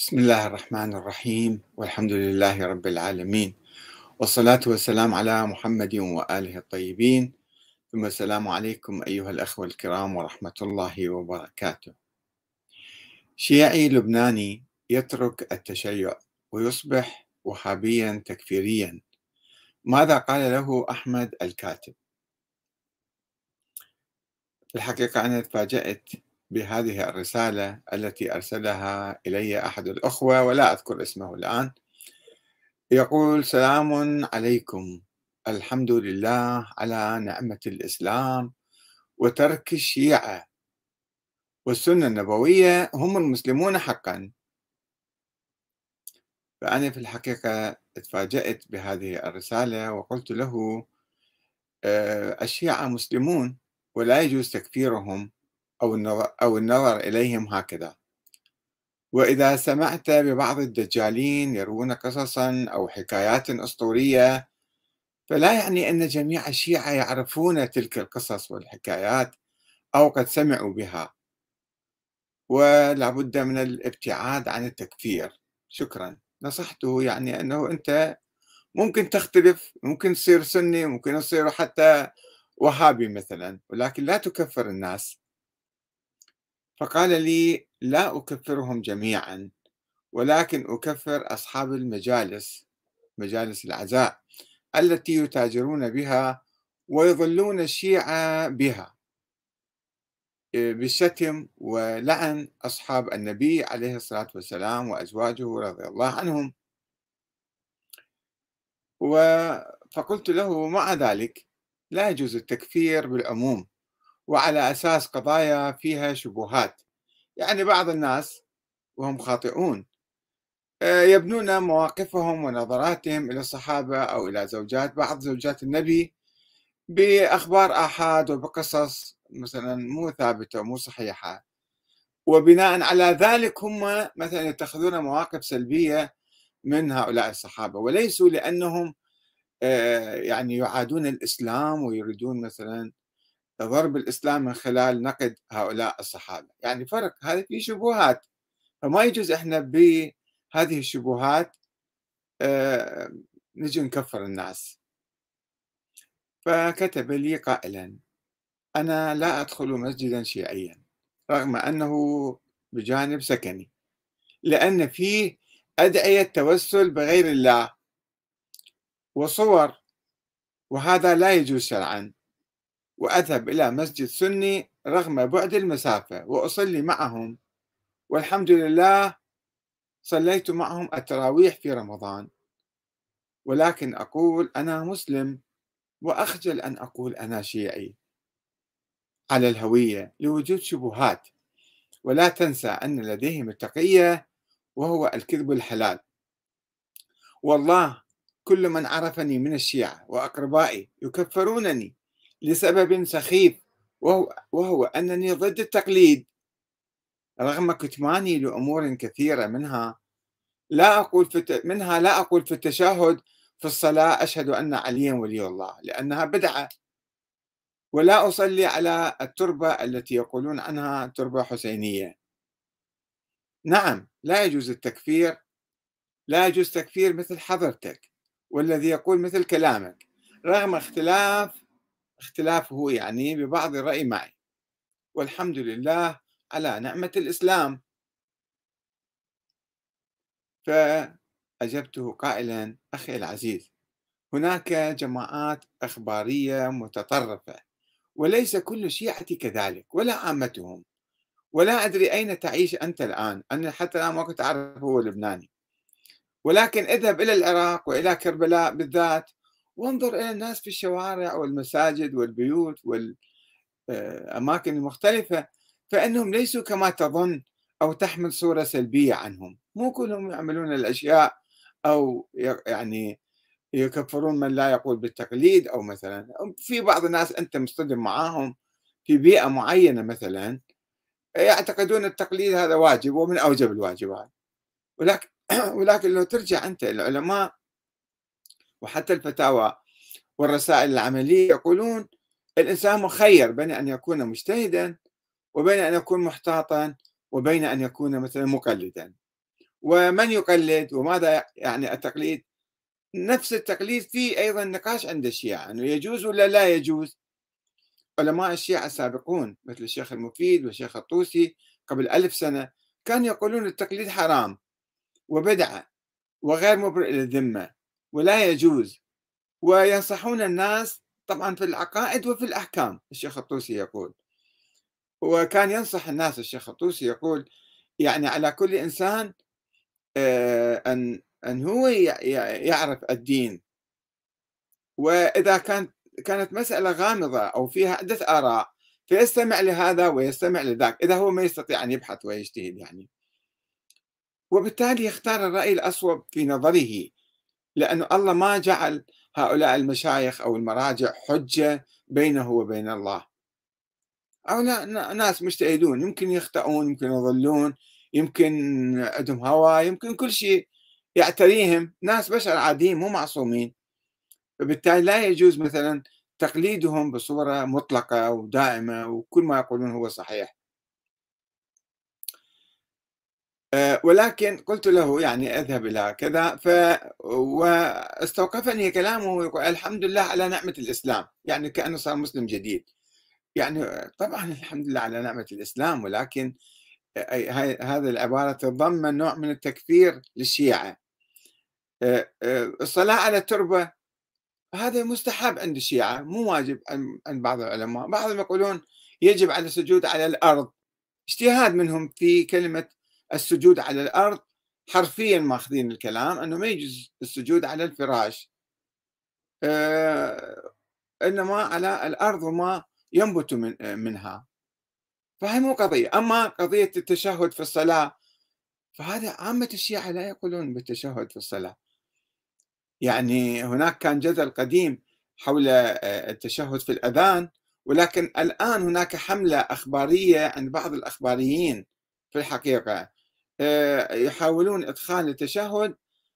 بسم الله الرحمن الرحيم والحمد لله رب العالمين والصلاة والسلام على محمد وآله الطيبين ثم السلام عليكم أيها الأخوة الكرام ورحمة الله وبركاته. شيعي لبناني يترك التشيع ويصبح وهابيا تكفيريا، ماذا قال له أحمد الكاتب؟ في الحقيقة أنا تفاجأت بهذه الرسالة التي أرسلها إلي أحد الأخوة ولا أذكر اسمه الآن. يقول: سلام عليكم، الحمد لله على نعمة الإسلام وترك الشيعة، والسنة النبوية هم المسلمون حقا. فأنا في الحقيقة تفاجأت بهذه الرسالة وقلت له: الشيعة مسلمون ولا يجوز تكفيرهم أو النظر إليهم هكذا. وإذا سمعت ببعض الدجالين يروون قصصا أو حكايات أسطورية، فلا يعني أن جميع الشيعة يعرفون تلك القصص والحكايات أو قد سمعوا بها، ولا بد من الابتعاد عن التكفير. شكرا. نصحته يعني أنه أنت ممكن تختلف، ممكن تصير سني، ممكن تصير حتى وهابي مثلا، ولكن لا تكفر الناس. فقال لي: لا أكفرهم جميعا، ولكن أكفر أصحاب مجالس العزاء التي يتاجرون بها ويضلون الشيعة بها بالشتم ولعن أصحاب النبي عليه الصلاة والسلام وأزواجه رضي الله عنهم. فقلت له: مع ذلك لا يجوز التكفير بالعموم وعلى أساس قضايا فيها شبهات. يعني بعض الناس وهم خاطئون يبنون مواقفهم ونظراتهم إلى الصحابة أو إلى بعض زوجات النبي بأخبار آحاد وبقصص مثلا مو ثابتة ومو صحيحة، وبناء على ذلك هم مثلا يتخذون مواقف سلبية من هؤلاء الصحابة، وليسوا لأنهم يعني يعادون الإسلام ويريدون مثلا ضرب الإسلام من خلال نقد هؤلاء الصحابة. يعني فرق، هذه في شبهات، فما يجوز احنا بهذه الشبهات آه، نجي نكفر الناس. فكتب لي قائلا: أنا لا أدخل مسجدا شيعيا رغم أنه بجانب سكني، لأن فيه أدعية توسل بغير الله وصور، وهذا لا يجوز شرعا. وأذهب إلى مسجد سني رغم بعد المسافة وأصلي معهم، والحمد لله صليت معهم التراويح في رمضان. ولكن أقول أنا مسلم، وأخجل أن أقول أنا شيعي على الهوية لوجود شبهات. ولا تنسى أن لديهم التقية وهو الكذب الحلال. والله كل من عرفني من الشيعة وأقربائي يكفرونني لسبب سخيف، وهو أنني ضد التقليد رغم كتماني لأمور كثيرة. لا أقول في التشهد في الصلاة أشهد أن عليا ولي الله لأنها بدعة، ولا أصلي على التربة التي يقولون عنها تربة حسينية. نعم، لا يجوز التكفير، لا يجوز تكفير مثل حضرتك والذي يقول مثل كلامك رغم اختلافه يعني ببعض الرأي معي، والحمد لله على نعمة الإسلام. فأجبته قائلا: أخي العزيز، هناك جماعات أخبارية متطرفة، وليس كل شيعة كذلك ولا عامتهم. ولا أدري أين تعيش أنت الآن، أنا حتى الآن ما كنت أعرف هو لبناني، ولكن اذهب إلى العراق وإلى كربلاء بالذات وانظر إلى الناس في الشوارع والمساجد والبيوت والأماكن المختلفة، فإنهم ليسوا كما تظن أو تحمل صورة سلبية عنهم. مو كلهم يعملون الأشياء أو يعني يكفرون من لا يقول بالتقليد، أو مثلا في بعض الناس أنت مصطدم معاهم في بيئة معينة مثلا يعتقدون التقليد هذا واجب ومن أوجب الواجبات. ولكن ولكن لو ترجع أنت العلماء وحتى الفتاوى والرسائل العملية يقولون الإنسان مخير بين أن يكون مجتهدا وبين أن يكون محتاطا وبين أن يكون مثلا مقلدا. ومن يقلد وماذا يعني التقليد. نفس التقليد فيه أيضا نقاش عند الشيعة أنه يجوز ولا لا يجوز. علماء الشيعة السابقون مثل الشيخ المفيد والشيخ الطوسي قبل 1000 سنة كانوا يقولون التقليد حرام وبدعة وغير مبرئ للذمة ولا يجوز، وينصحون الناس طبعا في العقائد وفي الأحكام. الشيخ الطوسي يقول، وكان ينصح الناس الشيخ الطوسي يقول يعني على كل إنسان أن هو يعرف الدين، وإذا كانت مسألة غامضة أو فيها عدة آراء فيستمع لهذا ويستمع لذاك إذا هو ما يستطيع أن يبحث ويجتهد يعني، وبالتالي يختار الرأي الأصوب في نظره، لأن الله ما جعل هؤلاء المشايخ أو المراجع حجة بينه وبين الله. هؤلاء ناس مجتهدون، يمكن يخطئون، يمكن يضلون، يمكن عندهم هوى، يمكن كل شيء يعتريهم، ناس بشر عاديين مو معصومين. فبالتالي لا يجوز مثلا تقليدهم بصورة مطلقة ودائمة وكل ما يقولون هو صحيح. ولكن قلت له يعني اذهب إلى كذا واستوقفني كلامه يقول الحمد لله على نعمة الإسلام، يعني كأنه صار مسلم جديد. يعني طبعا الحمد لله على نعمة الإسلام، ولكن هذه العبارة تتضمن نوع من التكفير للشيعة. الصلاة على التربة هذا مستحب عند الشيعة، مو واجب عند بعض العلماء. بعضهم يقولون يجب على السجود على الأرض، اجتهاد منهم في كلمة السجود على الأرض، حرفيا ماخذين الكلام أنه ما يجوز السجود على الفراش، إنما على الأرض وما ينبت منها. فهي مو قضية. أما قضية التشهد في الصلاة فهذا عامة الشيعة لا يقولون بالتشهد في الصلاة. يعني هناك كان جدل قديم حول التشهد في الأذان، ولكن الآن هناك حملة أخبارية عند بعض الأخباريين في الحقيقة يحاولون إدخال التشهد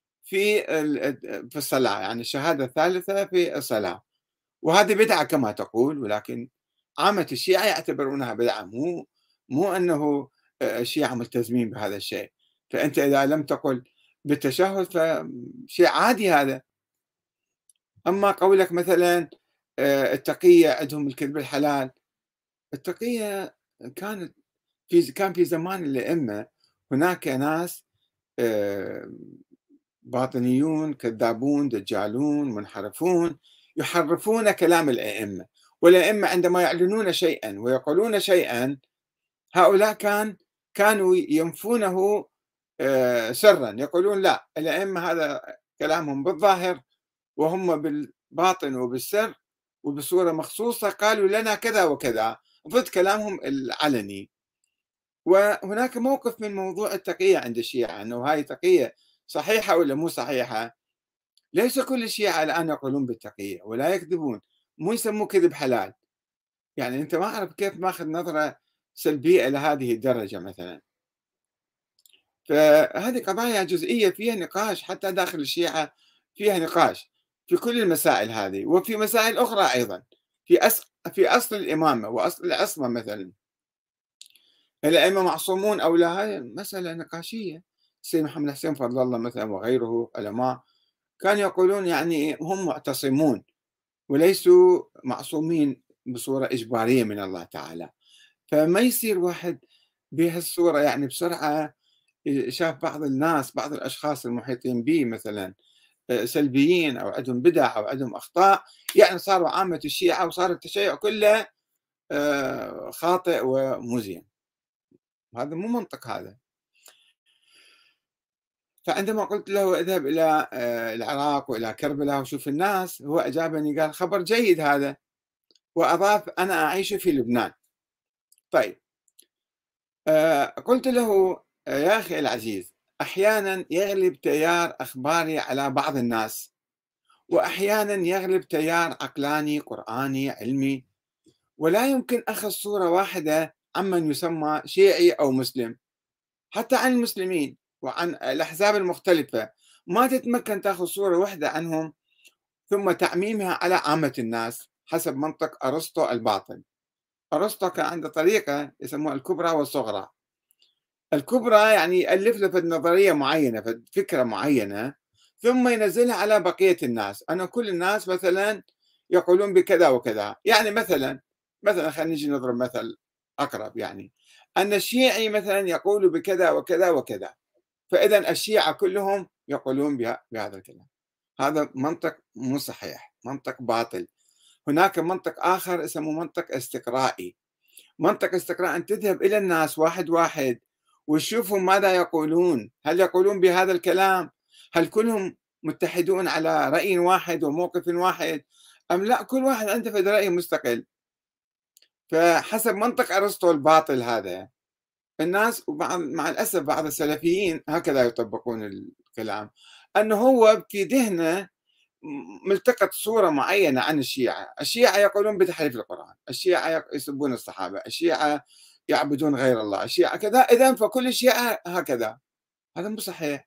في الصلاة، يعني الشهادة الثالثة في الصلاة، وهذه بدعة كما تقول، ولكن عامة الشيعة يعتبرونها بدعة، مو أنه الشيعة ملتزمين بهذا الشيء. فأنت إذا لم تقل بالتشهد فشيء عادي هذا. أما قولك مثلا التقية عندهم الكذب الحلال، التقية كانت كان في زمان الأئمة هناك ناس آه، باطنيون كذابون دجالون منحرفون يحرفون كلام الأئمة، والأئمة عندما يعلنون شيئا ويقولون شيئا هؤلاء كانوا ينفونه سرا، يقولون لا الأئمة هذا كلامهم بالظاهر وهم بالباطن وبالسر وبصورة مخصوصة قالوا لنا كذا وكذا ضد كلامهم العلني. وهناك موقف من موضوع التقية عند الشيعة، أنه هاي تقية صحيحة ولا مو صحيحة. ليس كل الشيعة الآن يقولون بالتقية ولا يكذبون، مو يسموه كذب حلال. يعني أنت ما أعرف كيف ماخذ نظرة سلبية إلى هذه الدرجة مثلا. فهذه قضايا جزئية فيها نقاش حتى داخل الشيعة، فيها نقاش في كل المسائل هذه وفي مسائل أخرى أيضا، في أصل الإمامة وأصل العصمة مثلا، الأئمة معصومون أو لا، هذه مسألة نقاشية. السيد محمد حسين فضل الله مثلا وغيره علماء كانوا يقولون يعني هم معتصمون وليسوا معصومين بصورة إجبارية من الله تعالى. فما يصير واحد بهالصورة يعني بسرعة شاف بعض الناس بعض الأشخاص المحيطين به مثلا سلبيين أو عندهم بدع أو عندهم أخطاء، يعني صاروا عامة الشيعة وصار التشيع كله خاطئ ومزين. هذا مو منطق هذا. فعندما قلت له اذهب إلى العراق وإلى كربلاء وشوف الناس، هو أجابني قال خبر جيد هذا، وأضاف أنا أعيش في لبنان. طيب قلت له يا أخي العزيز، أحيانا يغلب تيار أخباري على بعض الناس، وأحيانا يغلب تيار عقلاني قرآني علمي، ولا يمكن أخذ صورة واحدة عمن يسمى شيعي أو مسلم. حتى عن المسلمين وعن الأحزاب المختلفة ما تتمكن تأخذ صورة واحدة عنهم ثم تعميمها على عامة الناس حسب منطق أرسطو الباطن. أرسطو كان عنده طريقة يسموها الكبرى والصغرى. الكبرى يعني يألف له فد نظرية معينة، فد فكرة معينة، ثم ينزلها على بقية الناس، أنه كل الناس مثلا يقولون بكذا وكذا. يعني مثلا خلينا نجي نضرب مثل أقرب، يعني أن الشيعي مثلا يقول بكذا وكذا وكذا، فإذا الشيعة كلهم يقولون بهذا الكلام. هذا منطق مو صحيح، منطق باطل. هناك منطق آخر اسمه منطق استقرائي. منطق استقراء أن تذهب إلى الناس واحد واحد وتشوفوا ماذا يقولون، هل يقولون بهذا الكلام؟ هل كلهم متحدون على رأي واحد وموقف واحد، أم لا كل واحد عنده في رأي مستقل؟ فحسب منطق أرسطو الباطل هذا، الناس مع الأسف بعض السلفيين هكذا يطبقون الكلام، أنه هو في ذهنه ملتقط صورة معينة عن الشيعة. الشيعة يقولون بتحريف القرآن، الشيعة يسبون الصحابة، الشيعة يعبدون غير الله، الشيعة كذا، إذن فكل الشيعة هكذا. هذا مو صحيح.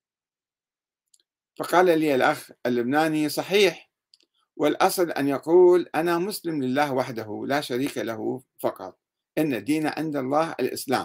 فقال لي الأخ اللبناني: صحيح، والأصل أن يقول أنا مسلم لله وحده لا شريك له فقط، إن الدين عند الله الإسلام.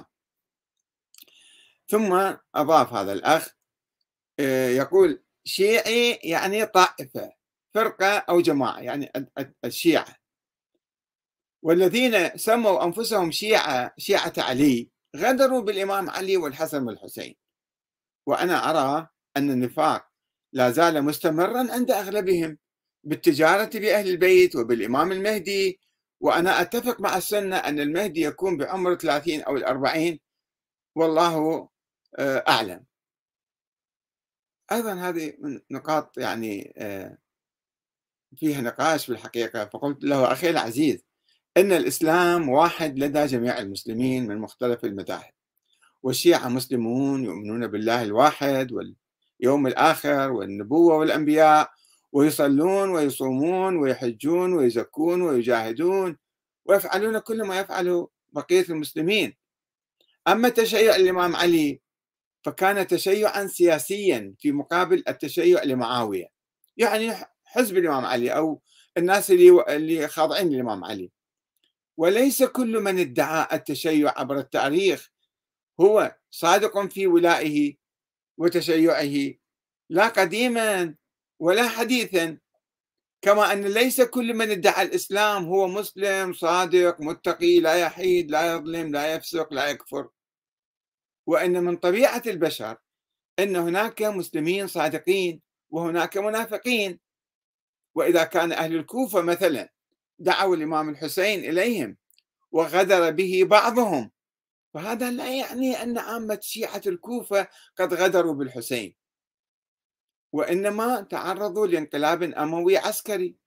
ثم أضاف هذا الأخ يقول: شيعي يعني طائفة، فرقة أو جماعة، يعني الشيعة، والذين سموا أنفسهم شيعة علي غدروا بالإمام علي والحسن والحسين. وأنا أرى أن النفاق لا زال مستمرا عند أغلبهم بالتجارة بأهل البيت وبالإمام المهدي. وأنا أتفق مع السنة أن المهدي يكون بعمر 30 أو 40، والله أعلم. أيضا هذه من نقاط يعني فيها نقاش في الحقيقة. فقلت له: أخي العزيز، إن الإسلام واحد لدى جميع المسلمين من مختلف المذاهب، والشيعة مسلمون يؤمنون بالله الواحد واليوم الآخر والنبوة والأنبياء، ويصلون ويصومون ويحجون ويزكون ويجاهدون ويفعلون كل ما يفعله بقية المسلمين. أما تشيع الإمام علي فكان تشيعا سياسيا في مقابل التشيع لمعاوية، يعني حزب الإمام علي أو الناس اللي خاضعين للإمام علي. وليس كل من ادعى التشيع عبر التاريخ هو صادق في ولائه وتشيعه، لا قديما ولا حديثا. كما أن ليس كل من ادعى الإسلام هو مسلم صادق متقي لا يحيد لا يظلم لا يفسق لا يكفر. وأن من طبيعة البشر أن هناك مسلمين صادقين وهناك منافقين. وإذا كان أهل الكوفة مثلا دعوا الإمام الحسين إليهم وغدر به بعضهم، فهذا لا يعني أن عامة شيعة الكوفة قد غدروا بالحسين، وإنما تعرضوا لانقلاب أموي عسكري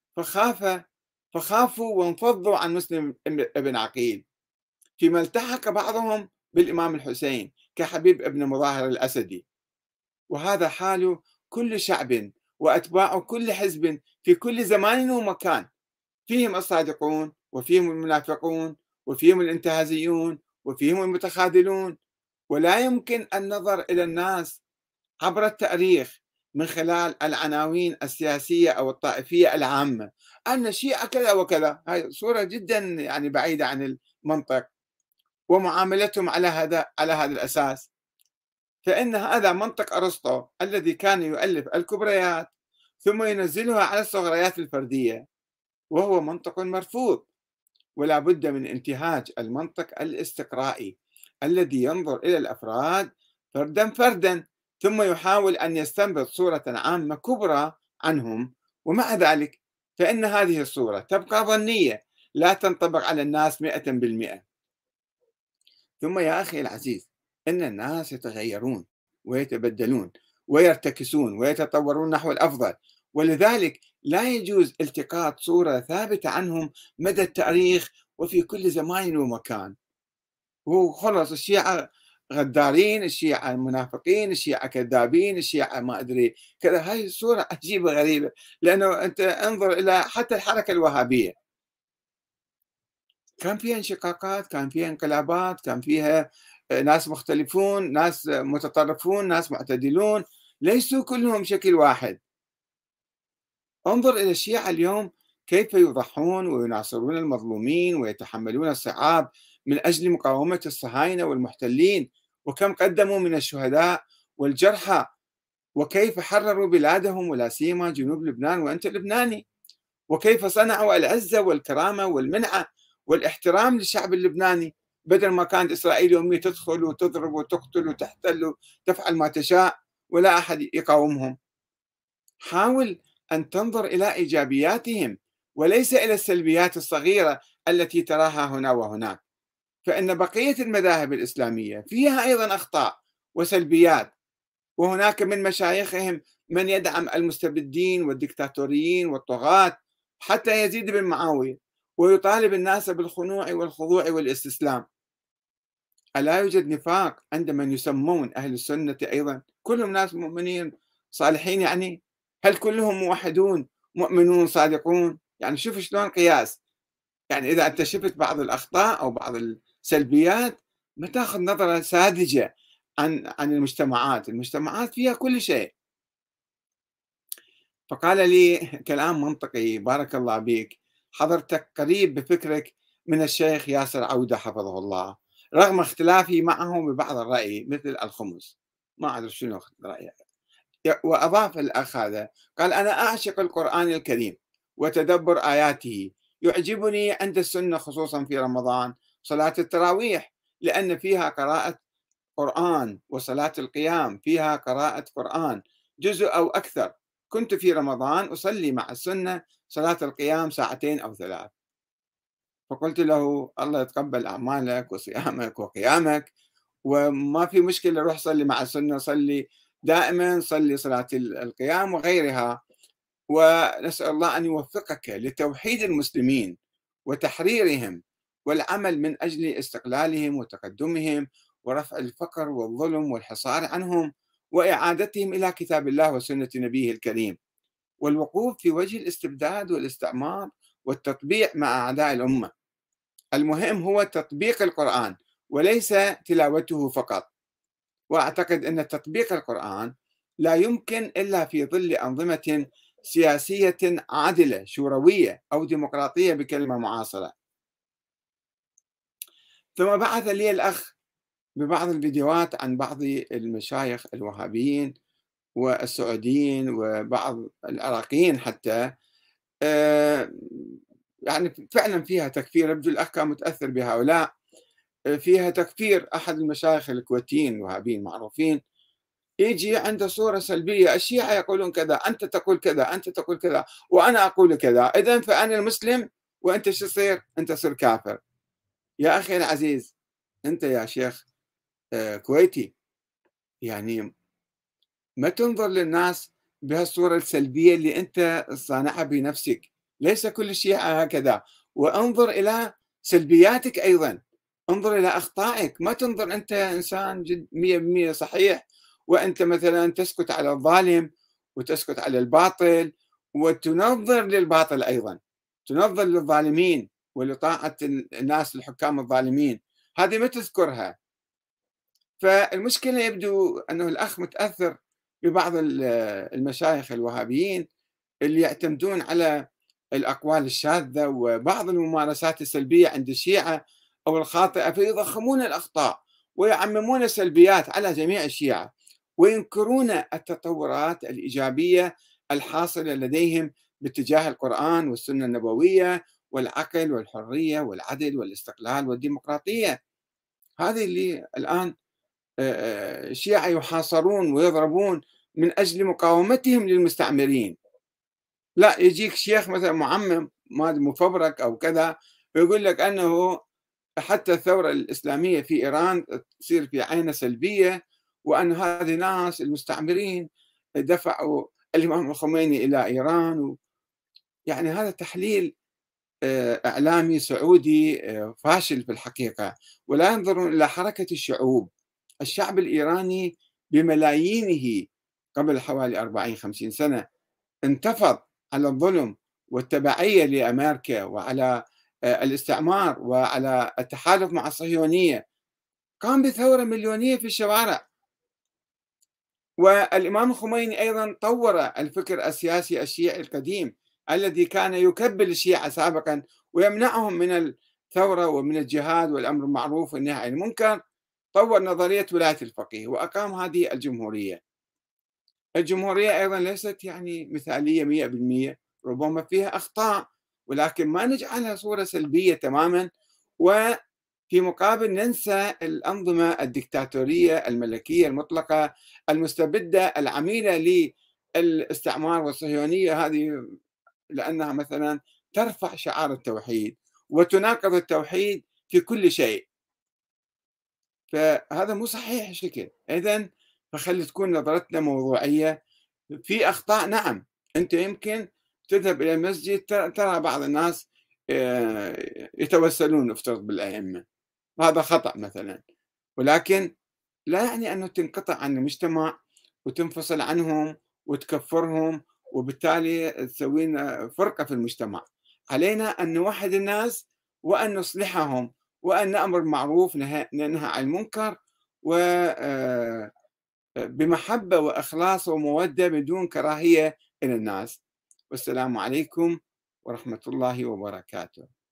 فخافوا وانفضوا عن مسلم ابن عقيل، فيما التحق بعضهم بالإمام الحسين كحبيب ابن مظاهر الأسدي. وهذا حال كل شعب وأتباع كل حزب في كل زمان ومكان، فيهم الصادقون وفيهم المنافقون وفيهم الانتهازيون وفيهم المتخاذلون. ولا يمكن النظر إلى الناس عبر التاريخ من خلال العناوين السياسية أو الطائفية العامة، أن الشيعة كذا وكذا. هاي صورة جدا يعني بعيدة عن المنطق، ومعاملتهم على هذا الأساس. فإن هذا منطق أرسطو الذي كان يؤلف الكبريات ثم ينزلها على الصغريات الفردية، وهو منطق مرفوض. ولا بد من انتهاج المنطق الاستقرائي الذي ينظر إلى الأفراد فردا فردا، ثم يحاول أن يستنبط صورة عامة كبرى عنهم، ومع ذلك فإن هذه الصورة تبقى ظنية لا تنطبق على الناس 100%. ثم يا أخي العزيز، إن الناس يتغيرون ويتبدلون ويرتكسون ويتطورون نحو الأفضل، ولذلك لا يجوز التقاط صورة ثابتة عنهم مدى التاريخ وفي كل زمان ومكان. وخلص الشيعة غدارين، الشيعة منافقين، الشيعة كذابين، الشيعة ما أدري كذا. هاي الصورة عجيبة غريبة، لأنه أنت انظر إلى حتى الحركة الوهابية كان فيها انشقاقات، كان فيها انقلابات، كان فيها ناس مختلفون، ناس متطرفون، ناس معتدلون، ليسوا كلهم شكل واحد. انظر إلى الشيعة اليوم كيف يضحون ويناصرون المظلومين ويتحملون الصعاب من أجل مقاومة الصهاينة والمحتلين، وكم قدموا من الشهداء والجرحى، وكيف حرروا بلادهم ولا سيما جنوب لبنان وأنت لبناني، وكيف صنعوا العزة والكرامة والمنعة والاحترام للشعب اللبناني، بدل ما كانت إسرائيل يوميا تدخل وتضرب وتقتل وتحتل وتفعل ما تشاء ولا أحد يقاومهم. حاول أن تنظر إلى إيجابياتهم وليس إلى السلبيات الصغيرة التي تراها هنا وهناك، فإن بقية المذاهب الإسلامية فيها أيضا أخطاء وسلبيات، وهناك من مشايخهم من يدعم المستبدين والدكتاتوريين والطغاة حتى يزيد بن معاوية ويطالب الناس بالخنوع والخضوع والاستسلام. ألا يوجد نفاق عند من يسمون أهل السنة أيضا؟ كلهم ناس مؤمنين صالحين يعني؟ هل كلهم موحدون مؤمنون صادقون؟ يعني شوف شلون قياس. يعني إذا أنت شفت بعض الأخطاء أو بعض السلبيات ما تاخذ نظرة ساذجة عن المجتمعات فيها كل شيء. فقال لي كلام منطقي، بارك الله بك، حضرتك قريب بفكرك من الشيخ ياسر عودة حفظه الله، رغم اختلافي معه ببعض الرأي مثل الخمس. ما أعرف شنو رأيه. وأضاف الأخ هذا قال: أنا أعشق القرآن الكريم وتدبر آياته، يعجبني عند السنة خصوصا في رمضان صلاة التراويح لأن فيها قراءة قرآن، وصلاة القيام فيها قراءة قرآن جزء أو أكثر. كنت في رمضان أصلي مع السنة صلاة القيام ساعتين أو ثلاث. فقلت له: الله يتقبل أعمالك وصيامك وقيامك، وما في مشكلة، روح صلي مع السنة، صلي دائما، صلي صلاة القيام وغيرها، ونسأل الله أن يوفقك لتوحيد المسلمين وتحريرهم والعمل من أجل استقلالهم وتقدمهم ورفع الفقر والظلم والحصار عنهم وإعادتهم إلى كتاب الله وسنة نبيه الكريم، والوقوف في وجه الاستبداد والاستعمار والتطبيع مع أعداء الأمة. المهم هو تطبيق القرآن وليس تلاوته فقط. وأعتقد أن تطبيق القرآن لا يمكن إلا في ظل أنظمة سياسية عادلة شوروية أو ديمقراطية بكلمة معاصرة. ثم بعث لي الأخ ببعض الفيديوهات عن بعض المشايخ الوهابيين والسعوديين وبعض العراقيين حتى، يعني فعلا فيها تكفير. يبدو الأخ كان متأثر بهؤلاء. فيها تكفير أحد المشايخ الكويتيين الوهابيين معروفين، يجي عنده صورة سلبية: الشيعة يقولون كذا، أنت تقول كذا، أنت تقول كذا، وأنا أقول كذا، إذن فأنا المسلم وأنت شو تصير؟ أنت تصير كافر. يا أخي العزيز، أنت يا شيخ كويتي، يعني ما تنظر للناس بهالصورة السلبية اللي أنت صانعها بنفسك. ليس كل الشيعة هكذا. وانظر إلى سلبياتك أيضا، انظر إلى أخطائك. ما تنظر أنت إنسان جد 100% صحيح وأنت مثلا تسكت على الظالم وتسكت على الباطل وتنظر للباطل أيضا، تنظر للظالمين ولطاعة الناس الحكام الظالمين، هذه ما تذكرها. فالمشكلة يبدو أنه الأخ متأثر ببعض المشايخ الوهابيين اللي يعتمدون على الأقوال الشاذة وبعض الممارسات السلبية عند الشيعة أو الخاطئة، فيضخمون الأخطاء ويعممون السلبيات على جميع الشيعة وينكرون التطورات الإيجابية الحاصلة لديهم باتجاه القرآن والسنة النبوية والعقل والحرية والعدل والاستقلال والديمقراطية. هذه اللي الآن الشيعة يحاصرون ويضربون من أجل مقاومتهم للمستعمرين. لا، يجيك شيخ مثلا معمم مفبرك أو كذا ويقول لك أنه حتى الثورة الإسلامية في إيران تصير في عينها سلبية، وأن هذه ناس المستعمرين دفعوا الإمام الخميني إلى إيران. يعني هذا تحليل إعلامي سعودي فاشل في الحقيقة. ولا ينظرون إلى حركة الشعوب. الشعب الإيراني بملايينه قبل حوالي 40-50 سنة انتفض على الظلم والتبعية لأمريكا وعلى الاستعمار وعلى التحالف مع الصهيونية، قام بثورة مليونية في الشوارع. والإمام الخميني أيضا طور الفكر السياسي الشيعي القديم الذي كان يكبل الشيعة سابقا ويمنعهم من الثورة ومن الجهاد والأمر بالمعروف والنهي عن المنكر، طور نظرية ولاية الفقيه وأقام هذه الجمهورية. الجمهورية أيضا ليست يعني مثالية 100%، ربما فيها أخطاء، ولكن ما نجعلها صورة سلبية تماما، وفي مقابل ننسى الأنظمة الدكتاتورية الملكية المطلقة المستبدة العميلة للاستعمار والصهيونية هذه، لأنها مثلا ترفع شعار التوحيد وتناقض التوحيد في كل شيء. فهذا مو صحيح شكل. إذن فخلي تكون نظرتنا موضوعية. في أخطاء نعم، أنت يمكن تذهب إلى المسجد ترى بعض الناس يتوسلون نفترض بالأئمة، وهذا خطأ مثلا، ولكن لا يعني أنه تنقطع عن المجتمع وتنفصل عنهم وتكفرهم، وبالتالي تسوي لنا فرقة في المجتمع. علينا أن نوحد الناس وأن نصلحهم وأن نأمر بالمعروف ننهى عن المنكر، و بمحبة وإخلاص ومودة بدون كراهية إلى الناس. والسلام عليكم ورحمة الله وبركاته.